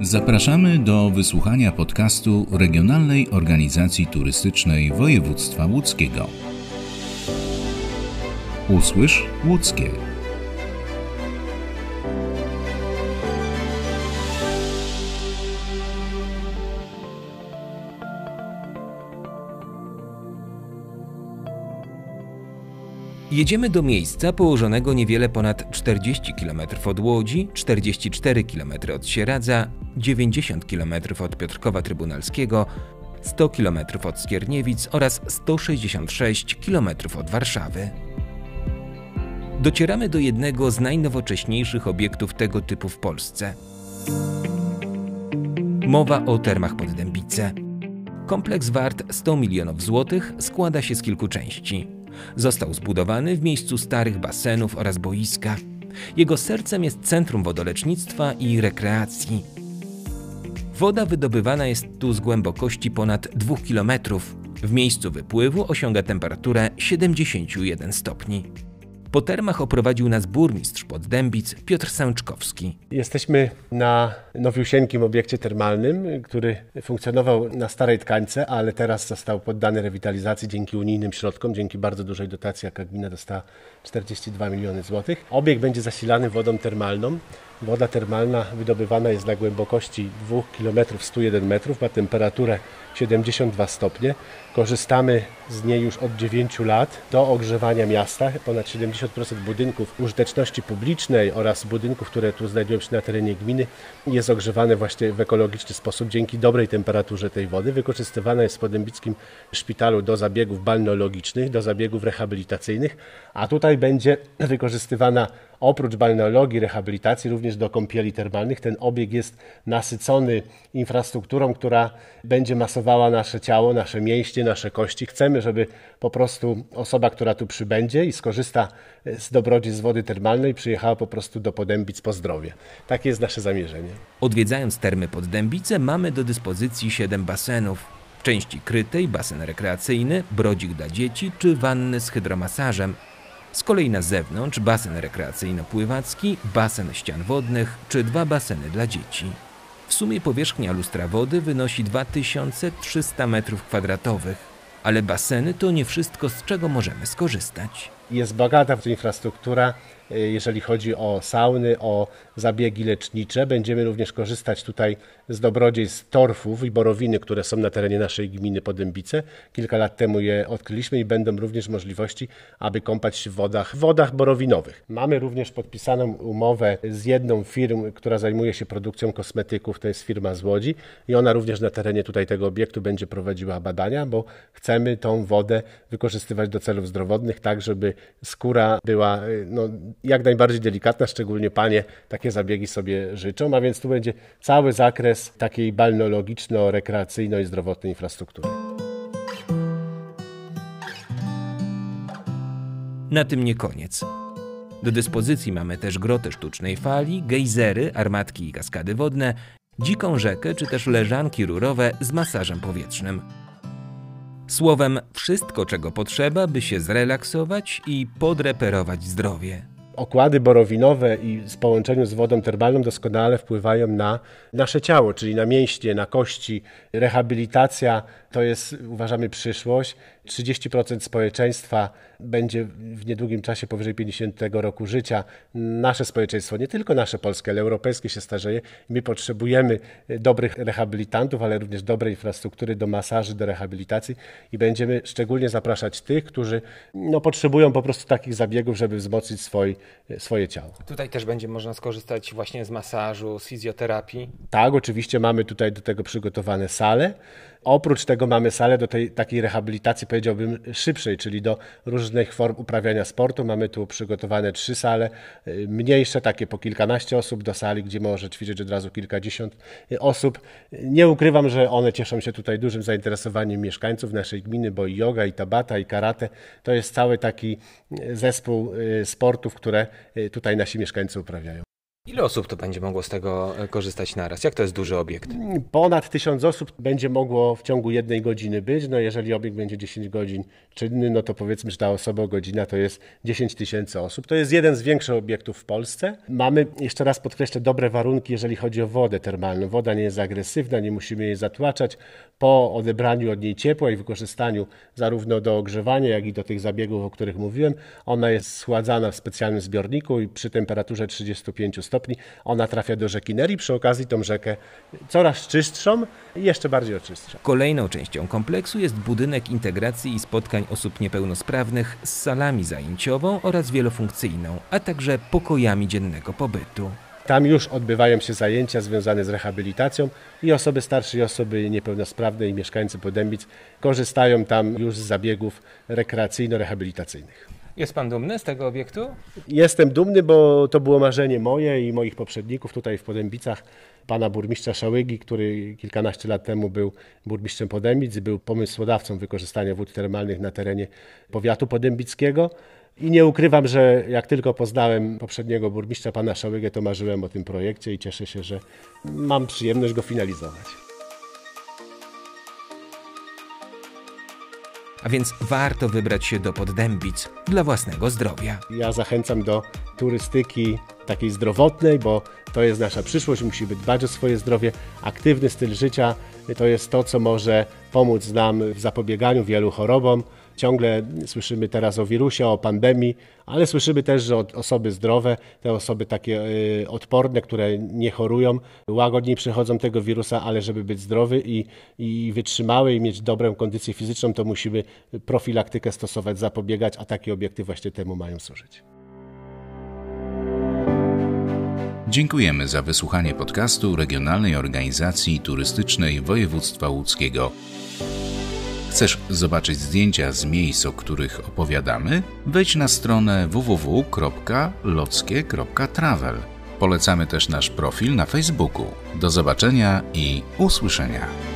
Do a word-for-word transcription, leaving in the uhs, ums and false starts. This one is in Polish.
Zapraszamy do wysłuchania podcastu Regionalnej Organizacji Turystycznej Województwa Łódzkiego. Usłysz Łódzkie. Jedziemy do miejsca położonego niewiele ponad czterdzieści kilometrów od Łodzi, czterdzieści cztery kilometry od Sieradza, dziewięćdziesiąt kilometrów od Piotrkowa Trybunalskiego, sto kilometrów od Skierniewic oraz sto sześćdziesiąt sześć kilometrów od Warszawy. Docieramy do jednego z najnowocześniejszych obiektów tego typu w Polsce. Mowa o termach Poddębice. Kompleks wart sto milionów złotych składa się z kilku części. Został zbudowany w miejscu starych basenów oraz boiska. Jego sercem jest centrum wodolecznictwa i rekreacji. Woda wydobywana jest tu z głębokości ponad dwóch kilometrów. W miejscu wypływu osiąga temperaturę siedemdziesiąt jeden stopni. Po termach oprowadził nas burmistrz Poddębic Piotr Sęczkowski. Jesteśmy na nowiusieńkim obiekcie termalnym, który funkcjonował na starej tkańce, ale teraz został poddany rewitalizacji dzięki unijnym środkom, dzięki bardzo dużej dotacji, jaka gmina dostała czterdzieści dwa miliony złotych. Obiekt będzie zasilany wodą termalną. Woda termalna wydobywana jest na głębokości dwóch kilometrów sto jeden metrów, ma temperaturę siedemdziesiąt dwa stopnie. Korzystamy z niej już od dziewięciu lat do ogrzewania miasta. Ponad siedemdziesiąt procent budynków użyteczności publicznej oraz budynków, które tu znajdują się na terenie gminy, jest ogrzewane właśnie w ekologiczny sposób dzięki dobrej temperaturze tej wody. Wykorzystywana jest w Poddębickim Szpitalu do zabiegów balneologicznych, do zabiegów rehabilitacyjnych, a tutaj będzie wykorzystywana oprócz balneologii, rehabilitacji, również do kąpieli termalnych. Ten obiekt jest nasycony infrastrukturą, która będzie masowała nasze ciało, nasze mięśnie, nasze kości. Chcemy, żeby po prostu osoba, która tu przybędzie i skorzysta z dobrodziejstw wody termalnej, przyjechała po prostu do Poddębic po zdrowie. Takie jest nasze zamierzenie. Odwiedzając termy Poddębice mamy do dyspozycji siedem basenów. W części krytej basen rekreacyjny, brodzik dla dzieci czy wanny z hydromasażem. Z kolei na zewnątrz basen rekreacyjno-pływacki, basen ścian wodnych czy dwa baseny dla dzieci. W sumie powierzchnia lustra wody wynosi dwa tysiące trzysta metrów kwadratowych, ale baseny to nie wszystko, z czego możemy skorzystać. Jest bogata w infrastruktura, jeżeli chodzi o sauny, o zabiegi lecznicze. Będziemy również korzystać tutaj z dobrodziejstw torfów i borowiny, które są na terenie naszej gminy Poddębice. Kilka lat temu je odkryliśmy i będą również możliwości, aby kąpać się w wodach, w wodach borowinowych. Mamy również podpisaną umowę z jedną firmą, która zajmuje się produkcją kosmetyków, to jest firma z Łodzi i ona również na terenie tutaj tego obiektu będzie prowadziła badania, bo chcemy tą wodę wykorzystywać do celów zdrowotnych, tak żeby skóra była no, jak najbardziej delikatna, szczególnie panie takie zabiegi sobie życzą, a więc tu będzie cały zakres takiej balneologiczno-rekreacyjno i zdrowotnej infrastruktury. Na tym nie koniec. Do dyspozycji mamy też grotę sztucznej fali, gejzery, armatki i kaskady wodne, dziką rzekę czy też leżanki rurowe z masażem powietrznym. Słowem, wszystko czego potrzeba, by się zrelaksować i podreperować zdrowie. Okłady borowinowe i w połączeniu z wodą termalną doskonale wpływają na nasze ciało, czyli na mięśnie, na kości. Rehabilitacja to jest, uważamy, przyszłość. trzydzieści procent społeczeństwa będzie w niedługim czasie powyżej pięćdziesiątego roku życia. Nasze społeczeństwo, nie tylko nasze polskie, ale europejskie się starzeje. My potrzebujemy dobrych rehabilitantów, ale również dobrej infrastruktury do masaży, do rehabilitacji i będziemy szczególnie zapraszać tych, którzy no, potrzebują po prostu takich zabiegów, żeby wzmocnić swój, swoje ciało. Tutaj też będzie można skorzystać właśnie z masażu, z fizjoterapii. Tak, oczywiście mamy tutaj do tego przygotowane sale. Oprócz tego mamy salę do tej takiej rehabilitacji, powiedziałbym, szybszej, czyli do różnych form uprawiania sportu. Mamy tu przygotowane trzy sale, mniejsze, takie po kilkanaście osób, do sali, gdzie może ćwiczyć od razu kilkadziesiąt osób. Nie ukrywam, że one cieszą się tutaj dużym zainteresowaniem mieszkańców naszej gminy, bo i yoga, i tabata, i karate to jest cały taki zespół sportów, które tutaj nasi mieszkańcy uprawiają. Ile osób to będzie mogło z tego korzystać naraz? Jak to jest duży obiekt? Ponad tysiąc osób będzie mogło w ciągu jednej godziny być. No jeżeli obiekt będzie dziesięć godzin czynny, no to powiedzmy, że ta osoba godzina to jest dziesięć tysięcy osób. To jest jeden z większych obiektów w Polsce. Mamy, jeszcze raz podkreślę, dobre warunki, jeżeli chodzi o wodę termalną. Woda nie jest agresywna, nie musimy jej zatłaczać. Po odebraniu od niej ciepła i wykorzystaniu zarówno do ogrzewania, jak i do tych zabiegów, o których mówiłem, ona jest schładzana w specjalnym zbiorniku i przy temperaturze trzydziestu pięciu stopni ona trafia do rzeki Neri. Przy okazji tą rzekę coraz czystszą i jeszcze bardziej oczystsza. Kolejną częścią kompleksu jest budynek integracji i spotkań osób niepełnosprawnych z salami zajęciową oraz wielofunkcyjną, a także pokojami dziennego pobytu. Tam już odbywają się zajęcia związane z rehabilitacją i osoby starsze, i osoby niepełnosprawne, i mieszkańcy Podębic korzystają tam już z zabiegów rekreacyjno-rehabilitacyjnych. Jest pan dumny z tego obiektu? Jestem dumny, bo to było marzenie moje i moich poprzedników tutaj w Podębicach, pana burmistrza Szałygi, który kilkanaście lat temu był burmistrzem Podębic, był pomysłodawcą wykorzystania wód termalnych na terenie powiatu podębickiego. I nie ukrywam, że jak tylko poznałem poprzedniego burmistrza, pana Szałygę, to marzyłem o tym projekcie i cieszę się, że mam przyjemność go finalizować. A więc warto wybrać się do Podębic dla własnego zdrowia. Ja zachęcam do turystyki takiej zdrowotnej, bo to jest nasza przyszłość, musimy dbać o swoje zdrowie. Aktywny styl życia to jest to, co może pomóc nam w zapobieganiu wielu chorobom. Ciągle słyszymy teraz o wirusie, o pandemii, ale słyszymy też, że osoby zdrowe, te osoby takie odporne, które nie chorują, łagodniej przechodzą tego wirusa, ale żeby być zdrowy i, i wytrzymały i mieć dobrą kondycję fizyczną, to musimy profilaktykę stosować, zapobiegać, a takie obiekty właśnie temu mają służyć. Dziękujemy za wysłuchanie podcastu Regionalnej Organizacji Turystycznej Województwa Łódzkiego. Chcesz zobaczyć zdjęcia z miejsc, o których opowiadamy? Wejdź na stronę w w w kropka lockie kropka travel. Polecamy też nasz profil na Facebooku. Do zobaczenia i usłyszenia.